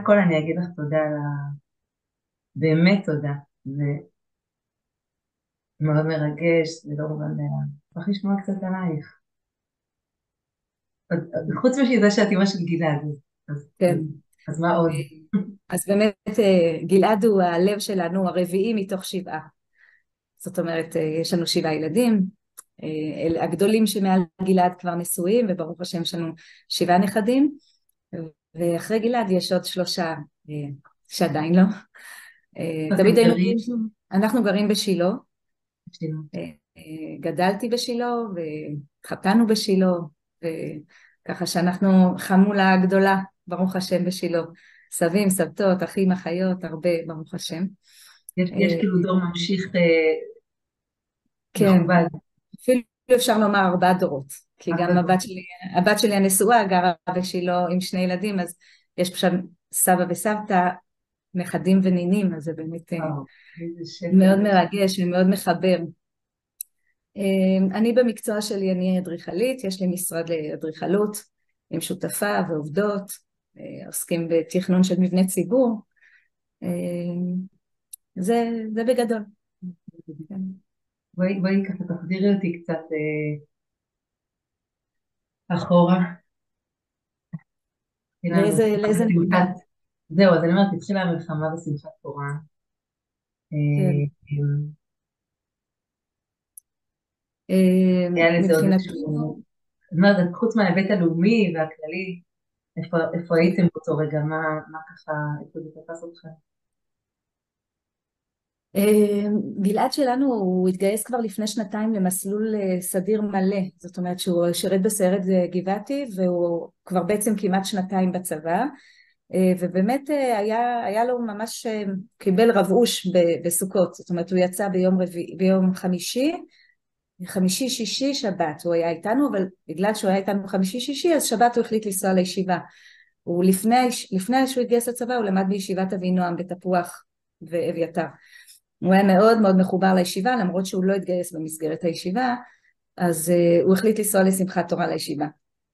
הכל אני אגיד לך תודה על באמת תודה. זה מאוד מרגש, זה לא מובן מאליו. צריך לשמוע קצת עלייך. חוץ מזה שאת אימא של גלעד, אז, אז, כן. אז מה עוד? אז באמת גלעד הוא הלב שלנו, הרביעי מתוך שבעה. זאת אומרת, יש לנו 7 ילדים, הגדולים שמעל גלעד כבר נשואים, וברוך השם יש לנו 7 נכדים, ואחרי גלעד יש עוד 3 שעדיין לא. אתם תמיד היינו גרים? גרים שם, אנחנו גרים בשילה, כאילו, גדלתי בשילה וחתנו בשילה, וככה שאנחנו חמולה גדולה, ברוך השם בשילה, סבים, סבתות, אחים, אחיות, הרבה ברוך השם. יש אה, כאילו דור ממשיך כן, מכובד. אפילו אפשר לומר 4 דורות, כי גם הבת שלי הנשואה גרה בשילה עם 2 ילדים, אז יש שם סבא וסבתא, נכדים ונינים, אז זה באמת וואו, איזה שפע. מאוד מרגש ומאוד מחבר. אני במקצוע שלי אני אדריכלית, יש לי משרד לאדריכלות עם שותפה ועובדות, עוסקים בתכנון של מבני ציבור, אה, זה בגדול. כן. בואי ככה תחזירי אותי קצת אחורה. התחילה המלחמה לאיזה נקודה? בשמחת, זהו, אז אני אומרת, התחילה המלחמה בשמחת תורה. כן. אה, היה לזה עוד איזשהו, מבחינתנו, זאת אומרת, חוץ מההיבט הלאומי והכללי, איפה הייתם באותו רגע, מה ככה, איפה זה תפס אתכם? גלעד שלנו הוא התגייס כבר לפני 2 למסלול סדיר מלא, זאת אומרת שהוא שירת בסיירת גבעתי והוא כבר בעצם כמעט 2 בצבא, ובאמת היה לו ממש, קיבל רבעוש בסוכות, זאת אומרת הוא יצא ביום חמישי, חמישי שישי שבת הוא היה איתנו, אבל בגלל שהוא היה איתנו חמישי שישי אז שבת הוא החליט לנסוע לישיבה. הוא לפני שהוא התגייס לצבא הוא למד בישיבת אבינועם בתפוח ואביתר. הוא היה מאוד מאוד מחובר לישיבה, למרות שהוא לא התגייס במסגרת הישיבה, אז הוא החליט לנסוע לשמחת תורה לישיבה.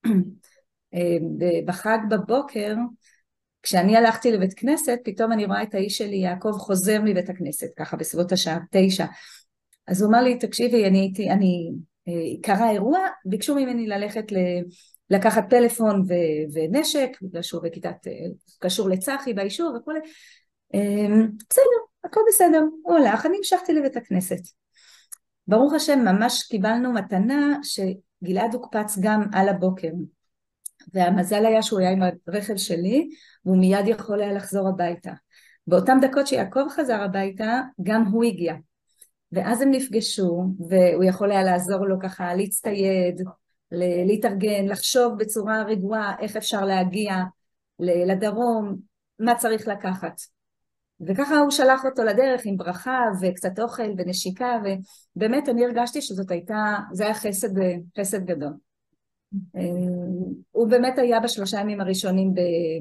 בחג בבוקר, כשאני הלכתי לבית כנסת, פתאום אני רואה את האיש שלי יעקב חוזר מבית הכנסת, ככה בסביבות השעה 9. אז הוא אמר לי, תקשיבי, קרה אירוע, ביקשו ממני ללכת לקחת פלאפון ונשק, בגלל שהוא בכיתת, קשור לצחי ביישוב וכו'. בסדר, הכל בסדר, הוא הולך, אני המשכתי לבית הכנסת. ברוך השם, ממש קיבלנו מתנה שגלעד הוקפץ גם על הבוקר, והמזל היה שהוא היה עם הרכב שלי, והוא מיד יכול היה לחזור הביתה. באותם דקות שיעקב חזר הביתה, גם הוא הגיע. ואז הם נפגשו, והוא יכול היה לעזור לו ככה להצטייד, להתארגן, לחשוב בצורה רגועה איך אפשר להגיע לדרום, מה צריך לקחת. וככה הוא שלח אותו לדרך עם ברכה וקצת אוכל ונשיקה, ובאמת אני הרגשתי זה היה חסד גדול. הוא באמת היה ב3 ימים הראשונים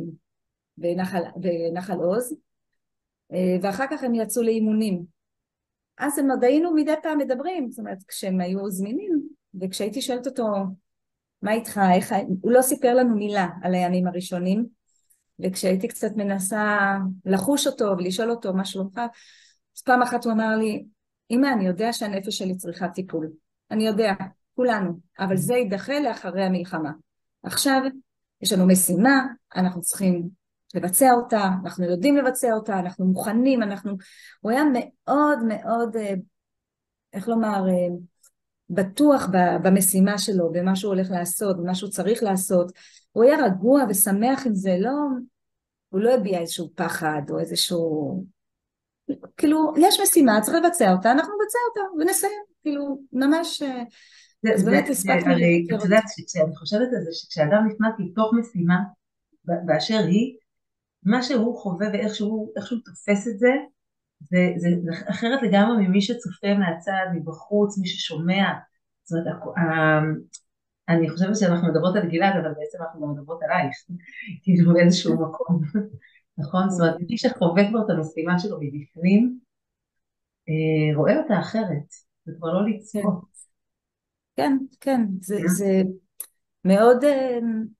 בנחל עוז, ואחר כך הם יצאו לאימונים. אז הם עוד היינו מדי פעם מדברים, זאת אומרת כשהם היו זמינים, וכשהייתי שואלת אותו מה איתך, הוא לא סיפר לנו מילה על הימים הראשונים, וכשהייתי קצת מנסה לחוש אותו ולשאול אותו מה שלומך, אז פעם אחת הוא אמר לי, אמא, אני יודע שהנפש שלי צריכה טיפול, אני יודע, כולנו, אבל זה יידחה לאחרי המלחמה. עכשיו יש לנו משימה, אנחנו צריכים לבצע אותה, אנחנו יודעים לבצע אותה, אנחנו מוכנים, הוא היה מאוד מאוד, איך לומר, בטוח במשימה שלו, במה שהוא הולך לעשות, במה שהוא צריך לעשות, הוא היה רגוע ושמח עם זה, הוא לא הביע איזשהו פחד או איזשהו, כאילו, יש משימה, צריך לבצע אותה, אנחנו נבצע אותה ונסיים, כאילו, ממש, אז באמת הספקנו הרי לבקר את אותו. יודעת, כשאני חושבת על זה, שכשאדם נכנס לתוך משימה, באשר היא, מה שהוא חווה ואיך שהוא תופס את זה, זה אחרת לגמרי ממי שצופה מהצד, מבחוץ, מי ששומע. זאת אומרת, אני חושבת שאנחנו מדברות על גלעד, אבל בעצם אנחנו גם מדברות עלייך, כאילו באיזשהו מקום, נכון? זאת אומרת, מי שחווה כבר את המשימה שלו מבפנים, רואה אותה אחרת, זה כבר לא כן, לצפות. כן, כן, זה מאוד,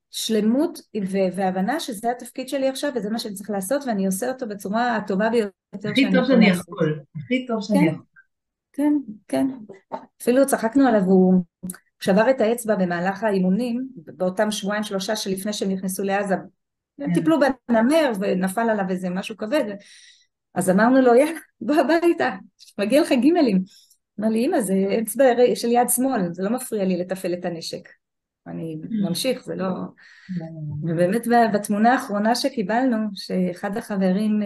שלמות והבנה שזה התפקיד שלי עכשיו, וזה מה שאני צריך לעשות, ואני עושה אותו בצורה הטובה ביותר הכי שאני טוב יכול שאני לעשות. יכול, הכי טוב שאני כן, יכול. כן, כן. אפילו צחקנו עליו, הוא שבר את האצבע במהלך האימונים, באותם שבועיים שלושה שלפני שהם נכנסו לעזה, הם כן. טיפלו בנמר ונפל עליו איזה משהו כבד, אז אמרנו לו, יאללה, בוא הביתה, מגיע לך גימלים. אמר לי, אמא, זה אצבע של יד שמאל, זה לא מפריע לי לתפעל את הנשק. אני ממשיך, זה לא... ובאמת בתמונה האחרונה שקיבלנו, שאחד החברים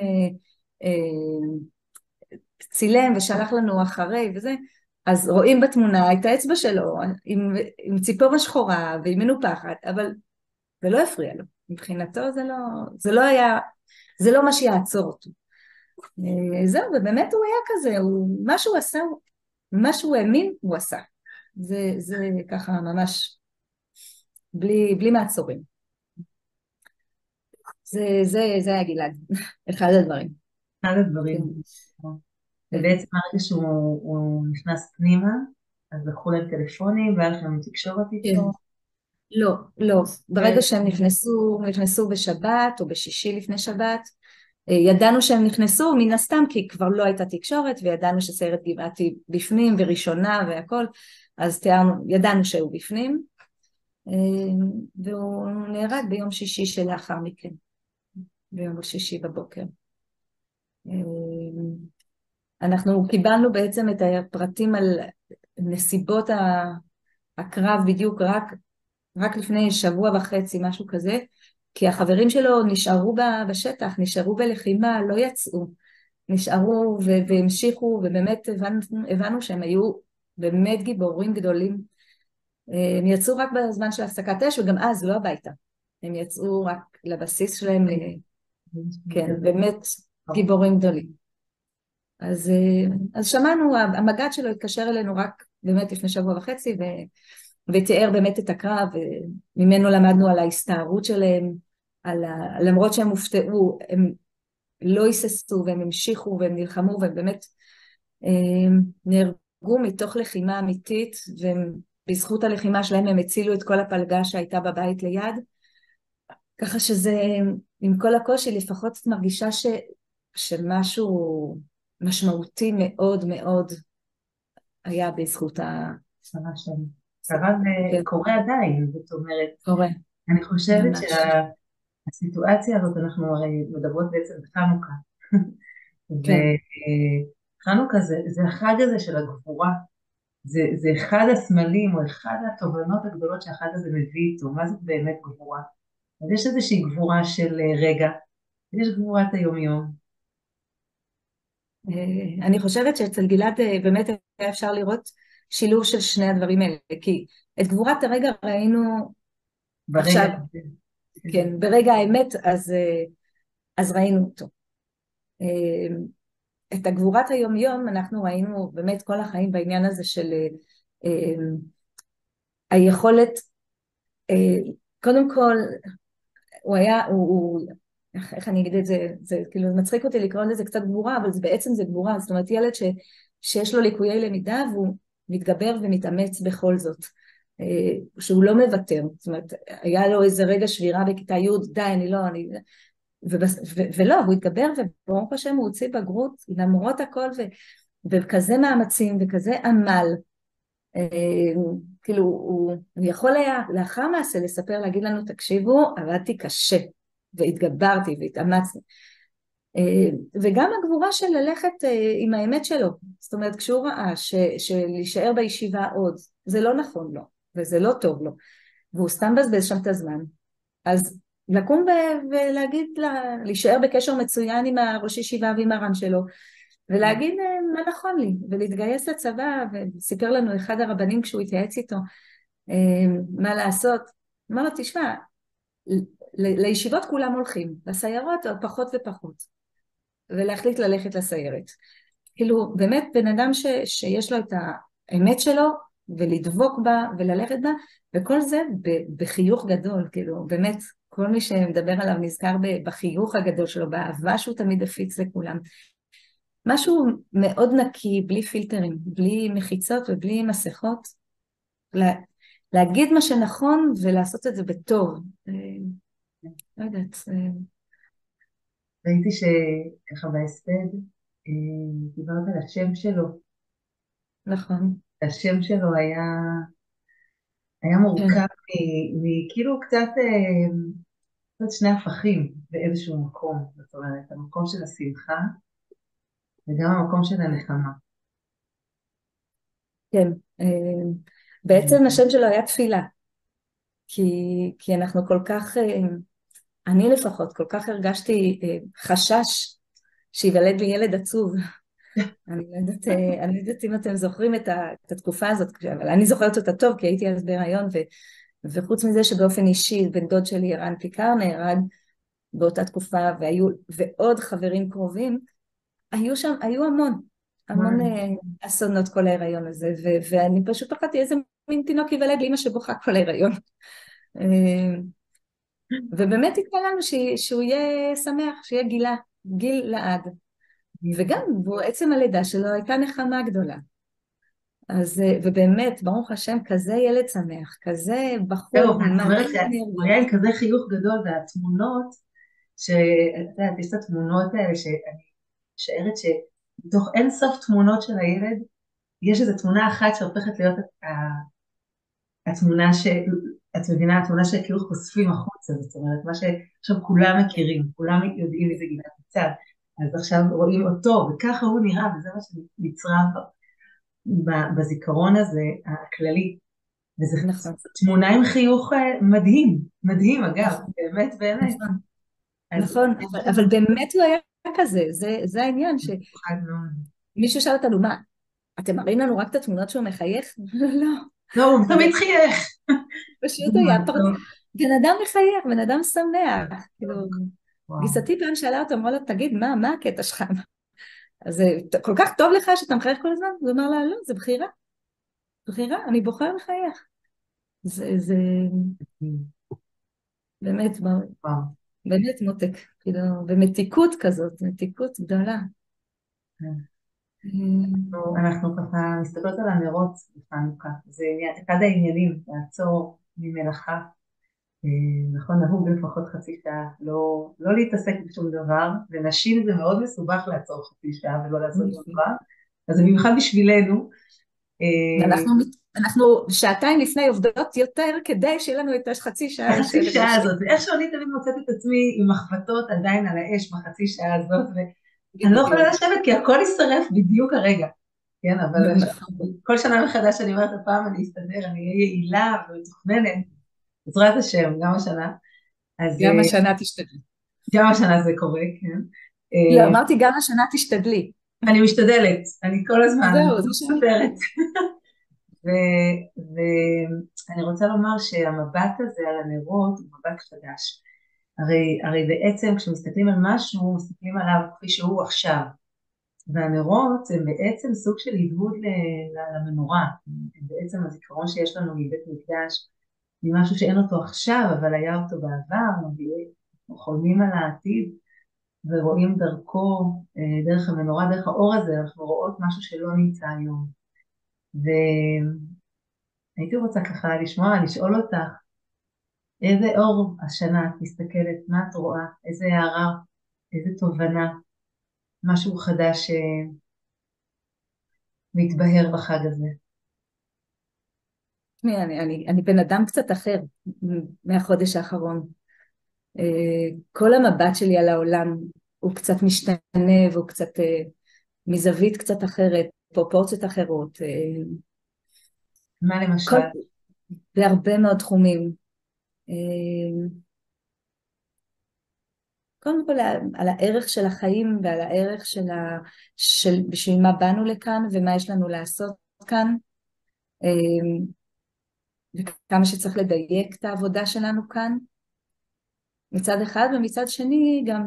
צילם ושלח לנו אחרי וזה, אז רואים בתמונה את האצבע שלו עם ציפור השחורה והיא מנופחת, אבל זה לא הפריע לו. מבחינתו זה לא היה, זה לא מה שיעצור אותו. זהו, ובאמת הוא היה כזה, מה שהוא עשה, מה שהוא האמין, הוא עשה. זה ככה ממש בלי מעצורים. זה היה גלעד, אחד הדברים. אחד הדברים. כן. ובעצם הרגע שהוא נכנס פנימה, אז לקחו להם טלפונים, והיה לכם תקשורת כן. איתו. לא, לא. ברגע שהם נכנסו בשבת או בשישי לפני שבת, ידענו שהם נכנסו מן הסתם כי כבר לא הייתה תקשורת, וידענו שסיירת גבעתי בפנים וראשונה והכל, אז ידענו שהוא בפנים, והוא נהרג ביום שישי שלאחר מכן, ביום שישי בבוקר. אנחנו קיבלנו בעצם את הפרטים על נסיבות הקרב בדיוק רק לפני שבוע וחצי, משהו כזה, כי החברים שלו נשארו בשטח, נשארו בלחימה, לא יצאו, נשארו והמשיכו, ובאמת הבנו שהם היו באמת גיבורים גדולים. הם יצאו רק בזמן של הפסקת אש, וגם אז לא הביתה. הם יצאו רק לבסיס שלהם, כן, באמת גיבורים גדולים. אז שמענו, המג"ד שלו התקשר אלינו רק באמת לפני שבוע וחצי, ותיאר באמת את הקרב, וממנו למדנו על ההסתערות שלהם, למרות שהם הופתעו, הם לא היססו, והם המשיכו, והם נלחמו, והם באמת נהרגו מתוך לחימה אמיתית, ובזכות הלחימה שלהם הם הצילו את כל הפלגה שהייתה בבית ליד, ככה שזה, עם כל הקושי, לפחות מרגישה שמשהו משמעותי מאוד מאוד היה בזכות שרה שם. קרה וקורה עדיין, זאת אומרת, קורה, אני חושבת ממש. שהסיטואציה הזאת, אנחנו הרי מדברות בעצם בחנוכה, כן. וחנוכה זה החג הזה של הגבורה, זה אחד הסמלים או אחד התובנות הגדולות שהחג הזה מביא איתו, מה זאת באמת גבורה? אז יש איזושהי גבורה של רגע, יש גבורת היומיום. אני חושבת שאצל גלעד באמת היה אפשר לראות שילוב של שני הדברים האלה, כי את גבורת הרגע ראינו ברגע עכשיו, הזה. כן, ברגע האמת, אז ראינו אותו. את הגבורת היום-יום אנחנו ראינו באמת כל החיים בעניין הזה של היכולת, קודם כל, איך אני אגיד את זה, זה כאילו מצחיק אותי לקרוא לזה קצת גבורה, אבל בעצם זה גבורה, זאת אומרת ילד שיש לו ליקויי למידה והוא מתגבר ומתאמץ בכל זאת, שהוא לא מוותר, זאת אומרת היה לו איזה רגע שבירה בכיתה י', די אני לא, ולא, הוא התגבר וברוך השם הוא הוציא בגרות למרות הכל וכזה מאמצים וכזה עמל, כאילו הוא יכול היה לאחר מעשה לספר, להגיד לנו תקשיבו, עבדתי קשה והתגברתי והתאמצתי, וגם הגבורה של ללכת עם האמת שלו, זאת אומרת כשהוא ראה שלהישאר בישיבה עוד זה לא נכון לו וזה לא טוב לו והוא סתם בזבז שם את הזמן, אז לקום ולהגיד להישאר בקשר מצוין עם הראש ישיבה ועם הר"ן שלו ולהגיד מה נכון לי ולהתגייס לצבא, וסיפר לנו אחד הרבנים כשהוא התייעץ איתו מה לעשות, אמר לו תשמע לישיבות כולם הולכים, לסיירות עוד פחות ופחות, ולהחליט ללכת לסיירת. כאילו באמת בן אדם שיש לו את האמת שלו, ולדבוק בה וללכת בה, וכל זה בחיוך גדול, כאילו באמת כל מי שמדבר עליו נזכר בחיוך הגדול שלו, באהבה שהוא תמיד הפיץ לכולם. משהו מאוד נקי, בלי פילטרים, בלי מחיצות ובלי מסכות, להגיד מה שנכון ולעשות את זה בטוב. לא יודעת. ראיתי שככה בהספד, דיברת על השם שלו. נכון. השם שלו היה כן. מורכב מכאילו קצת שני הפכים באיזשהו מקום. זאת אומרת, המקום של השמחה וגם המקום של הנחמה. כן. בעצם השם שלו היה תפילה. כי אנחנו כל כך, אני לפחות, כל כך הרגשתי חשש שיוולד לי ילד עצוב. אני לא יודעת אם אתם זוכרים את התקופה הזאת, אבל אני זוכרת אותה טוב, כי הייתי אז בהיריון, וחוץ מזה שבאופן אישי, בן דוד שלי ערן פיקר נהרג באותה תקופה, ועוד חברים קרובים, היו המון אסונות כל ההיריון הזה, ואני פשוט פחדתי איזה מין תינוק ייוולד לאמא שבוכה כל ההיריון. ובאמת התקווה לנו שהוא יהיה שמח, שיהיה גיל לעד. וגם בעצם הלידה שלו הייתה נחמה גדולה. אז, ובאמת, ברוך השם, כזה ילד שמח, כזה זהו, בחור ואת מלא אומרת שהוא היה אנרגיות. עם כזה חיוך גדול, והתמונות, שאת יודעת, יש את התמונות האלה שאני משערת שמתוך אין סוף תמונות של הילד, יש איזו תמונה אחת שהופכת להיות התמונה את מבינה, התמונה שכאילו חושפים החוצה, זאת אומרת, מה שעכשיו כולם מכירים, כולם יודעים איזה גלעד קצת, אז עכשיו רואים אותו, וככה הוא נראה, וזה מה שנצרב בזיכרון הזה, הכללי, וזו נכון, תמונה עם חיוך מדהים, מדהים אגב, נכון, באמת, באמת. נכון, אז נכון, יש אבל שם באמת הוא היה כזה, זה העניין, חד מאוד. שמישהו שאל אותנו, מה, אתם מראים לנו רק את התמונות שהוא מחייך? לא, לא, הוא אבל תמיד חייך. פשוט זה היה מתוק, בן אדם מחייך, בן אדם שמח, כאילו, מתוק. וואו. גיסתי פעם שאלה אותו, אמרה לו, תגיד, מה הקטע שלך? אז זה כל כך טוב לך שאתה מחייך כל הזמן? הוא אמר לה, לא, זה בחירה, בחירה, אני בוחר לחייך. זה באמת, וואו. באמת מותק, כאילו, ומתיקות כזאת, מתיקות גדולה. כן. אמ, אנחנו ככה מסתכלות על הנרות בחנוכה, זה אחד העניינים, לעצור ממלאכה, נכון, נהוג לפחות חצי שעה, לא להתעסק בשום דבר, לנשים זה מאוד מסובך לעצור חצי שעה ולא לעשות דבר, אז זה במיוחד בשבילנו, ואנחנו אנחנו שעתיים לפני עובדות יותר כדי שיהיה לנו את החצי שעה החצי לשבת שעה בשקט. הזאת, ואיכשהו אני תמיד מוצאת את עצמי עם מחבטות עדיין על האש בחצי שעה הזאת, ואני לא יכולה בדיוק. לשבת כי הכל יישרף בדיוק הרגע, כן, אבל נכון. כל שנה מחדש אני אומרת, הפעם אני אסתדר, אני אהיה יעילה ומתוכננת, בעזרת השם, גם השנה. אז גם השנה תשתדלי. גם השנה זה קורה, כן. לא, אמרתי גם השנה תשתדלי. אני משתדלת, אני כל הזמן, אני זהו, לא זה שאני... מסתתרת. ואני רוצה לומר שהמבט הזה על הנרות הוא מבט חדש. הרי בעצם כשמסתכלים על משהו, מסתכלים עליו כפי שהוא עכשיו. והנרות הם בעצם סוג של הדהוד למנורה. הם בעצם הזיכרון שיש לנו מבית מקדש, ממשהו שאין אותו עכשיו, אבל היה אותו בעבר, אנחנו חולמים על העתיד, ורואים דרכו, דרך המנורה, דרך האור הזה, אנחנו רואות משהו שלא נמצא היום. והייתי רוצה ככה לשמוע, לשאול אותך, איזה אור השנה את מסתכלת, מה את רואה, איזה הערה, איזה תובנה, משהו חדש שמתבהר בחג הזה. תשמעי, אני בן אדם קצת אחר מהחודש האחרון. כל המבט שלי על העולם הוא קצת משתנה והוא קצת מזווית קצת אחרת, פרופורציות אחרות, מה למשל? כל, בהרבה מאוד תחומים. קודם כל על הערך של החיים ועל הערך של בשביל מה באנו לכאן ומה יש לנו לעשות כאן, וכמה שצריך לדייק את העבודה שלנו כאן מצד אחד, ומצד שני גם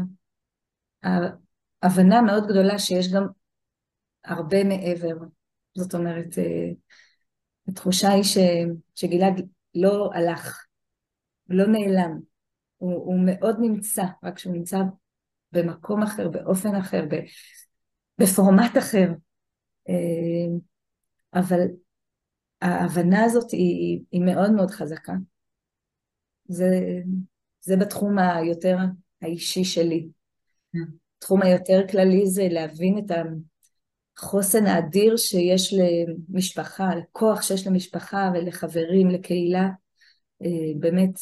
ההבנה מאוד גדולה שיש גם הרבה מעבר. זאת אומרת, התחושה היא שגלעד לא הלך, לא נעלם, הוא מאוד נמצא, רק שהוא נמצא במקום אחר, באופן אחר, בפורמט אחר. אבל ההבנה הזאת היא מאוד מאוד חזקה. זה, זה בתחום היותר האישי שלי. תחום היותר כללי זה להבין את החוסן האדיר שיש למשפחה, לכוח שיש למשפחה ולחברים, לקהילה. באמת,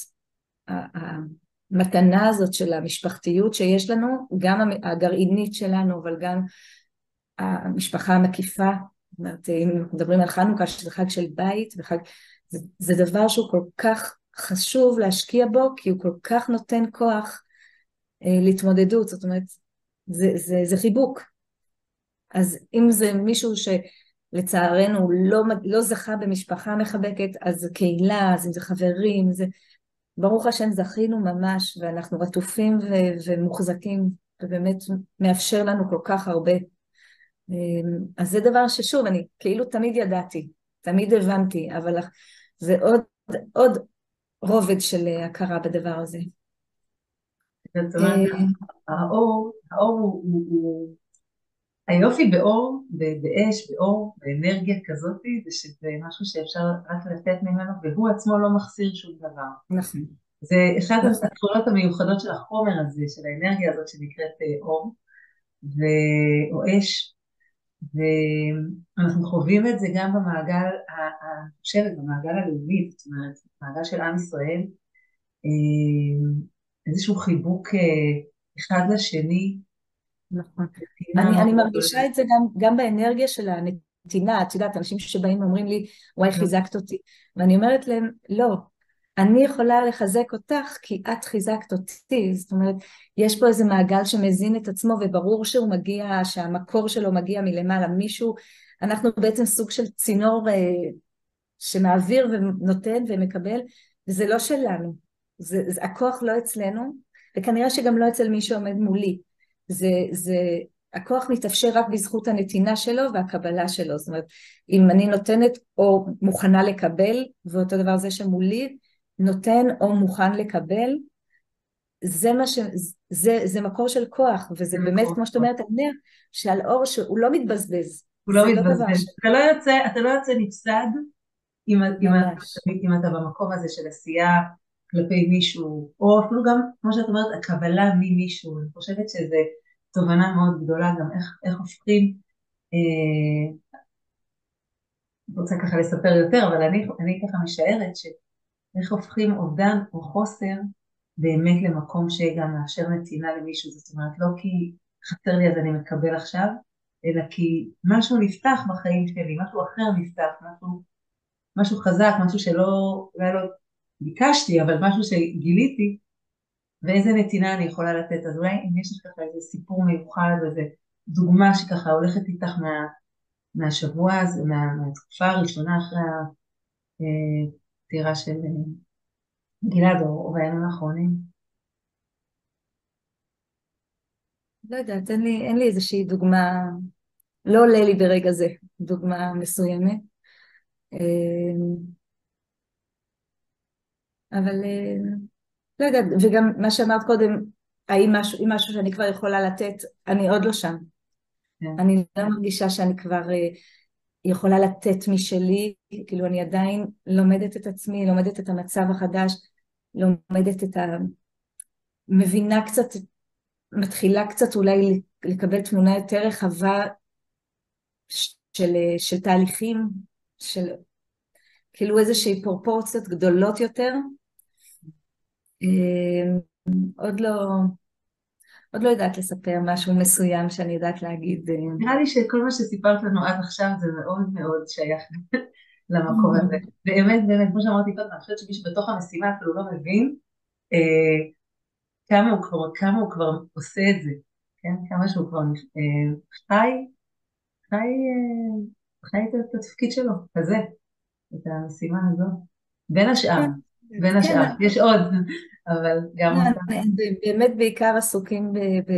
המתנה הזאת של המשפחתיות שיש לנו, גם הגרעינית שלנו, אבל גם המשפחה המקיפה. זאת אומרת, אם מדברים על חנוכה, שזה חג של בית, זה דבר שהוא כל כך חשוב להשקיע בו, כי הוא כל כך נותן כוח להתמודדות. זאת אומרת, זה חיבוק. אז אם זה מישהו שלצערנו לא זכה במשפחה מחבקת, אז זה קהילה, אז אם זה חברים, ברוך השם זכינו ממש, ואנחנו רטופים ומוחזקים, ובאמת מאפשר לנו כל כך הרבה. אז זה דבר ששוב, אני כאילו תמיד ידעתי, תמיד הבנתי, אבל זה עוד רובד של הכרה בדבר הזה. זאת אומרת, האור היופי באור, באש, באור, באנרגיה כזאת, זה שזה משהו שאפשר רק לתת ממנו, והוא עצמו לא מחסיר שום דבר. נכון. זה אחד התכונות המיוחדות של החומר הזה, של האנרגיה הזאת שנקראת אור, או אש, ואנחנו חווים את זה גם במעגל, אני חושבת, במעגל הלאומי, זאת אומרת, במעגל של עם ישראל, איזשהו חיבוק אחד לשני. נכון. אני מרגישה את זה גם באנרגיה של הנתינה. את יודעת, אנשים שבאים ואומרים לי, וואי, חיזקת אותי. ואני אומרת להם, לא, אני יכולה לחזק אותך כי את חיזקת אותי. זאת אומרת, יש פה איזה מעגל שמזין את עצמו, וברור שהוא מגיע, שהמקור שלו מגיע מלמעלה. מישהו, אנחנו בעצם סוג של צינור שמעביר ונותן ומקבל, וזה לא שלנו. הכוח לא אצלנו, וכנראה שגם לא אצל מי שעומד מולי. הכוח מתאפשר רק בזכות הנתינה שלו והקבלה שלו. זאת אומרת, אם אני נותנת או מוכנה לקבל, ואותו דבר זה שמולי נותן או מוכן לקבל, זה מקור של כוח, וזה באמת, כמו שאת אומרת, אומר שעל אור שהוא לא מתבזבז. הוא לא מתבזבז. אתה לא יוצא נפסד אם אתה במקום הזה של עשייה כלפי מישהו, או אפילו גם, כמו שאת אומרת, הקבלה ממישהו. אני חושבת שזה תובנה מאוד גדולה, גם איך הופכים, אני רוצה ככה לספר יותר, אבל אני ככה משערת שאיך הופכים אובדן או חוסר באמת למקום שגם מאפשר נתינה למישהו. זאת אומרת, לא כי חסר לי אז אני מקבל עכשיו, אלא כי משהו נפתח בחיים שלי, משהו אחר נפתח, משהו חזק, משהו אולי לא ביקשתי, אבל משהו שגיליתי, ואיזה נתינה אני יכולה לתת. אז אולי אם יש לך ככה איזה סיפור מיוחד, איזה דוגמה שככה הולכת איתך מהשבוע הזה, מהתקופה הראשונה אחרי הפטירה של גלעד, או בימים האחרונים. לא יודעת, אין לי איזושהי דוגמה, לא עולה לי ברגע זה דוגמה מסוימת. אבל לא יודעת, וגם מה שאמרת קודם, האם משהו שאני כבר יכולה לתת, אני עוד לא שם. אני לא מרגישה שאני כבר יכולה לתת משלי, כאילו אני עדיין לומדת את עצמי, לומדת את המצב החדש, לומדת מבינה קצת, מתחילה קצת אולי לקבל תמונה יותר רחבה של תהליכים, של כאילו איזושהי פרופורציות גדולות יותר. עוד לא יודעת לספר משהו מסוים שאני יודעת להגיד. נראה לי שכל מה שסיפרת לנו עד עכשיו זה מאוד מאוד שייך למקום הזה. באמת, כמו שאמרתי קודם, אני חושבת שמי שבתוך המשימה אפילו לא מבין כמה הוא כבר עושה את זה, כן? כמה שהוא כבר חי את התפקיד שלו, כזה, את המשימה הזו. בין השאר, יש עוד, אבל גם אותה. באמת בעיקר עסוקים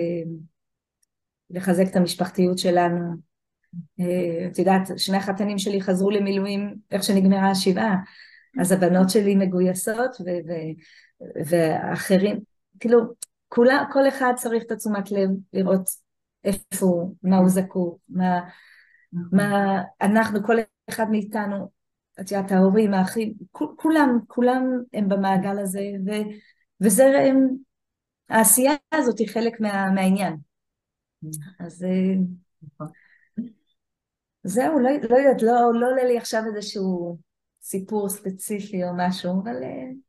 לחזק את המשפחתיות שלנו. את יודעת, שני החתנים שלי חזרו למילואים איך שנגמרה השבעה, אז הבנות שלי מגויסות ואחרים, כאילו כל אחד צריך את תשומת לב לראות איפה הוא, מה הוא זקוק, מה אנחנו, כל אחד מאיתנו את יודעת, ההורים, האחים, כולם הם במעגל הזה, וזה, העשייה הזאת היא חלק מהעניין. אז נכון. זהו, לא יודעת, לא עולה לי עכשיו איזשהו סיפור ספציפי או משהו, אבל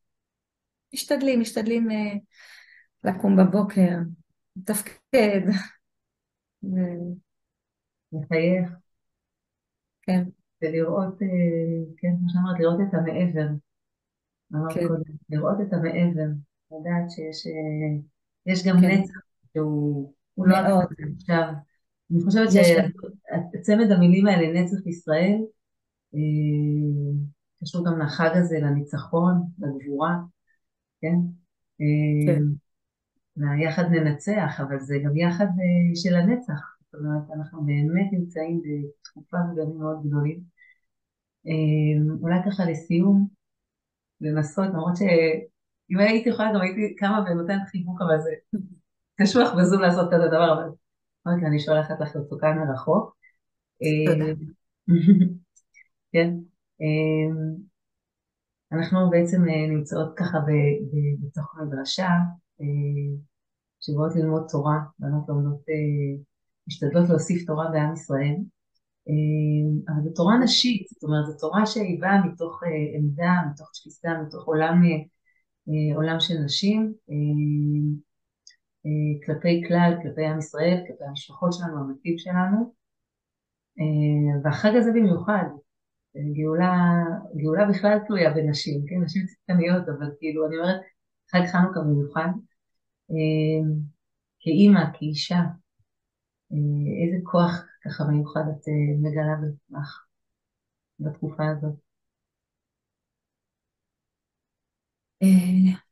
משתדלים לקום בבוקר, לתפקד, ו- לחייך כן, ולראות, כן, כמו שאמרת, לראות את המעבר. אמרת כן, קודם, לראות את המעבר, לדעת יש גם כן, נצח שהוא לא הכלל מאוד. עכשיו. אני חושבת יש גם, שצמד המילים האלה, נצח ישראל, קשור גם לחג הזה, לניצחון, לגבורה, כן? כן, והיחד ננצח, אבל זה גם יחד של הנצח. זאת אומרת, אנחנו באמת נמצאים בתקופה ובימים מאוד גדולים. אולי ככה לסיום, לנסות, למרות שאם הייתי יכולה גם הייתי קמה ונותנת חיבוק, אבל זה קשוח בזום לעשות כזה דבר, אבל אמרתי לה, אני שולחת לך רצוקה מרחוק. תודה. כן. אנחנו בעצם נמצאות ככה בתוך מדרשה, שבאות ללמוד תורה, בנות לומדות, משתדלות להוסיף תורה בעם ישראל. אבל זו תורה נשית, זאת אומרת, זו תורה שהיא באה מתוך עמדה, מתוך תפיסה, מתוך עולם של נשים, כלפי כלל, כלפי עם ישראל, כלפי המשפחות שלנו, המתים שלנו. והחג הזה במיוחד, גאולה בכלל תלויה בנשים, כן? נשים צדקניות, אבל כאילו, אני אומרת, חג חנוכה במיוחד, כאימא, כאישה, איזה כוח ככה מיוחד את מגלה בך בתקופה הזאת. אה,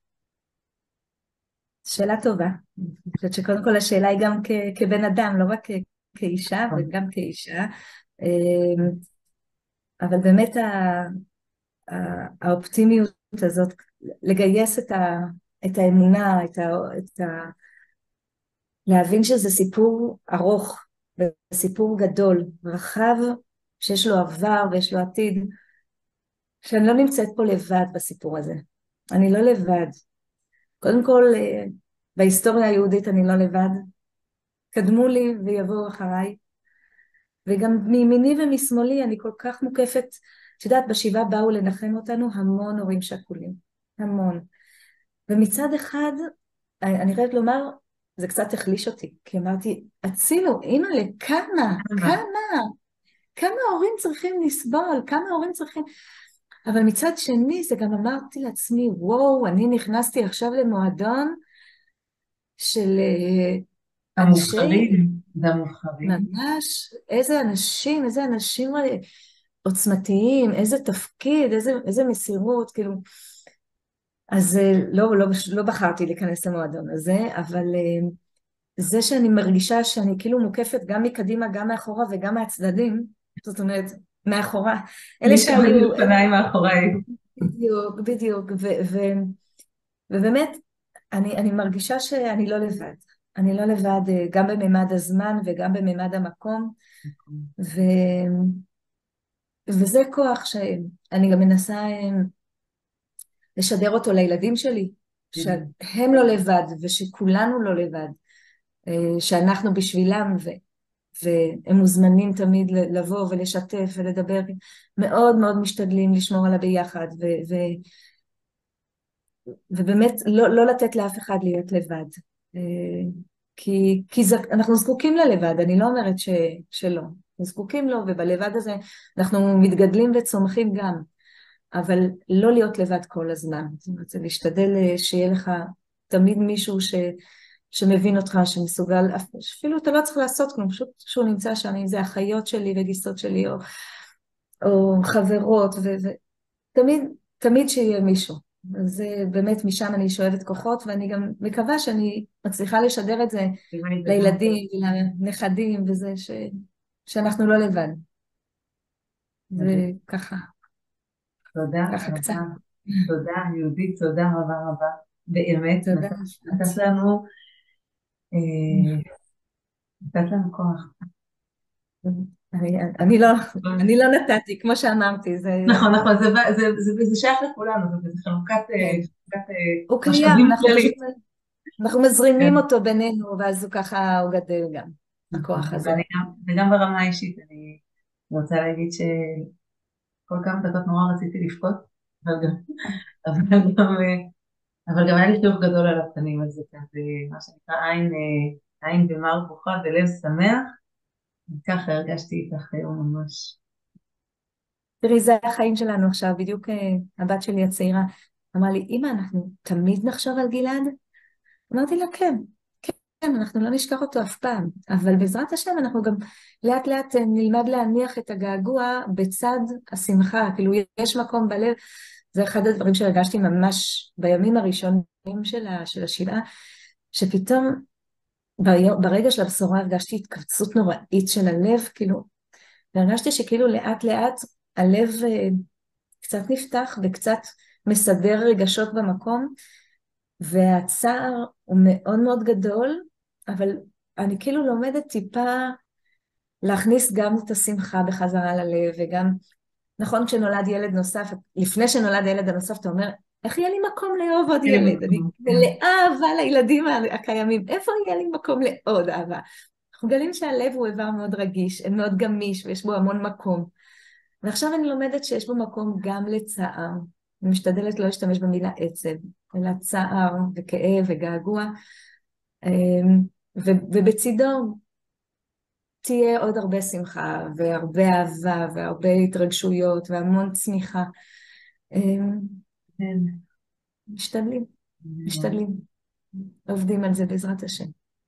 שאלה טובה. אני חושבת שקודם כל השאלה היא גם כבן אדם, לא רק כאישה, נכון. וגם כאישה. אה, אבל באמת האופטימיות הזאת, לגייס את האמונה, להבין שזה סיפור ארוך, וסיפור גדול, רחב, שיש לו עבר ויש לו עתיד, שאני לא נמצאת פה לבד בסיפור הזה. אני לא לבד. קודם כל, בהיסטוריה היהודית אני לא לבד. קדמו לי ויבואו אחריי. וגם מימיני ומשמאלי אני כל כך מוקפת. את יודעת, בשבעה באו לנחם אותנו המון הורים שכולים. המון. ומצד אחד, אני חייבת לומר, זה קצת החליש אותי, כי אמרתי, הצילו, אימא'לה, כמה הורים צריכים לסבול, כמה הורים צריכים... אבל מצד שני, זה גם אמרתי לעצמי, וואו, אני נכנסתי עכשיו למועדון של אנשי, המובחרים והמובחרים. ממש, איזה אנשים עוצמתיים, איזה תפקיד, איזה מסירות, כאילו, אז לא בחרתי להיכנס למועדון הזה, אבל זה שאני מרגישה שאני כאילו מוקפת גם מקדימה, גם מאחורה וגם מהצדדים, זאת אומרת, מאחורה, אלה מי שעומד שהיו, לפניי מאחוריי. בדיוק, ובאמת, אני מרגישה שאני לא לבד, אני לא לבד גם בממד הזמן וגם בממד המקום, ו, וזה כוח שאני גם מנסה לשדר אותו לילדים שלי, שהם לא לבד ושכולנו לא לבד, שאנחנו בשבילם והם מוזמנים תמיד לבוא ולשתף ולדבר, מאוד מאוד משתדלים לשמור על הביחד ובאמת לא לתת לאף אחד להיות לבד, אנחנו זקוקים ללבד, אני לא אומרת שלא, אנחנו זקוקים לו ובלבד הזה אנחנו מתגדלים וצומחים גם, אבל לא להיות לבד כל הזמן, זאת אומרת, זה להשתדל שיהיה לך תמיד מישהו שמבין אותך, שמסוגל, אפילו אתה לא צריך לעשות כלום, פשוט שהוא נמצא שם, אם זה אחיות שלי וגיסות שלי, או חברות, תמיד שיהיה מישהו. אז זה באמת משם אני שואבת כוחות, ואני גם מקווה שאני מצליחה לשדר את זה לילדים, לנכדים, שאנחנו לא לבד. וככה, תודה ככה קצת. רבה, תודה יהודית, תודה רבה רבה. באמת, תודה. נתת לנו, נתת לנו כוח. אני לא נתתי, כמו שאמרתי, זה... נכון, נכון, זה שייך לכולנו, זה חלוקת כן. הוא קיים, משאבים כללית. אנחנו מזרימים כן. אותו בינינו, ואז הוא ככה, הוא גדל גם, נכון, הכוח הזה. וגם ברמה האישית, אני רוצה להגיד שכל כמה דקות נורא רציתי לבכות, אבל גם, אבל גם, אבל גם היה לי חיוך גדול על הפנים, אז זה כזה, מה שנקרא עין במר בוכה ולב שמח, וככה הרגשתי איתך היום ממש. תראי, זה החיים שלנו עכשיו, בדיוק הבת שלי הצעירה אמרה לי, אמא, אנחנו תמיד נחשוב על גלעד? אמרתי לה, כן, כן, אנחנו לא נשכח אותו אף פעם, אבל בעזרת השם אנחנו גם לאט לאט נלמד להניח את הגעגוע בצד השמחה, כאילו יש מקום בלב, זה אחד הדברים שהרגשתי ממש בימים הראשונים של השבעה, שפתאום ברגע של הבשורה הרגשתי התכווצות נוראית של הלב, כאילו, והרגשתי שכאילו לאט לאט הלב קצת נפתח וקצת מסדר רגשות במקום, והצער הוא מאוד מאוד גדול, אבל אני כאילו לומדת טיפה להכניס גם את השמחה בחזרה ללב, וגם, נכון, כשנולד ילד נוסף, לפני שנולד הילד הנוסף, אתה אומר, איך יהיה לי מקום לאהוב עוד ילד? אני מלאה אהבה לילדים הקיימים, איפה יהיה לי מקום לעוד אהבה? אנחנו מגלים שהלב הוא איבר מאוד רגיש, מאוד גמיש, ויש בו המון מקום. ועכשיו אני לומדת שיש בו מקום גם לצער. אני משתדלת לא להשתמש במילה עצב, אלא צער וכאב וגעגוע, ובצידו תהיה עוד הרבה שמחה והרבה אהבה והרבה התרגשויות והמון צמיחה. משתדלים, משתדלים. עובדים על זה בעזרת השם.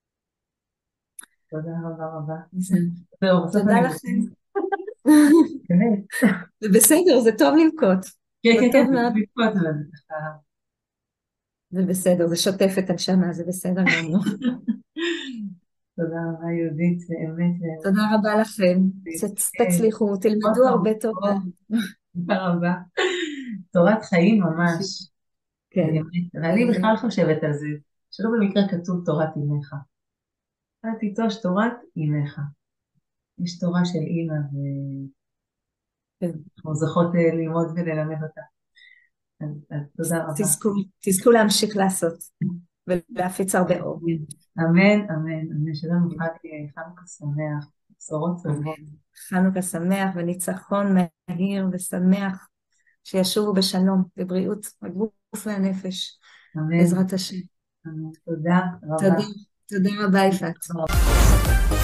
תודה רבה רבה. תודה לכם. זה בסדר, זה טוב לבכות. כן, כן, כן, זה לבכות. זה בסדר, זה שוטף את הנשמה, זה בסדר גמור. תודה רבה יהודית, באמת. תודה רבה לכם, שתצליחו, תלמדו הרבה תורה. תודה רבה. תורת חיים ממש. כן. ואני בכלל חושבת על זה, שלא במקרה כתוב תורת אמך. אל תיטוש תורת אמך. יש תורה של אמא ואנחנו זוכות ללמוד וללמד אותה. אז תודה רבה. תזכו להמשיך לעשות ולהפיץ הרבה אור. אמן, אמן, אמן, שלום חג חנוכה שמח, בשורות טובות. חנוכה שמח וניצחון מהיר ושמח, שישובו בשלום, בבריאות, הגוף והנפש, בעזרת השם. תודה רבה. תודה רבה יפעת.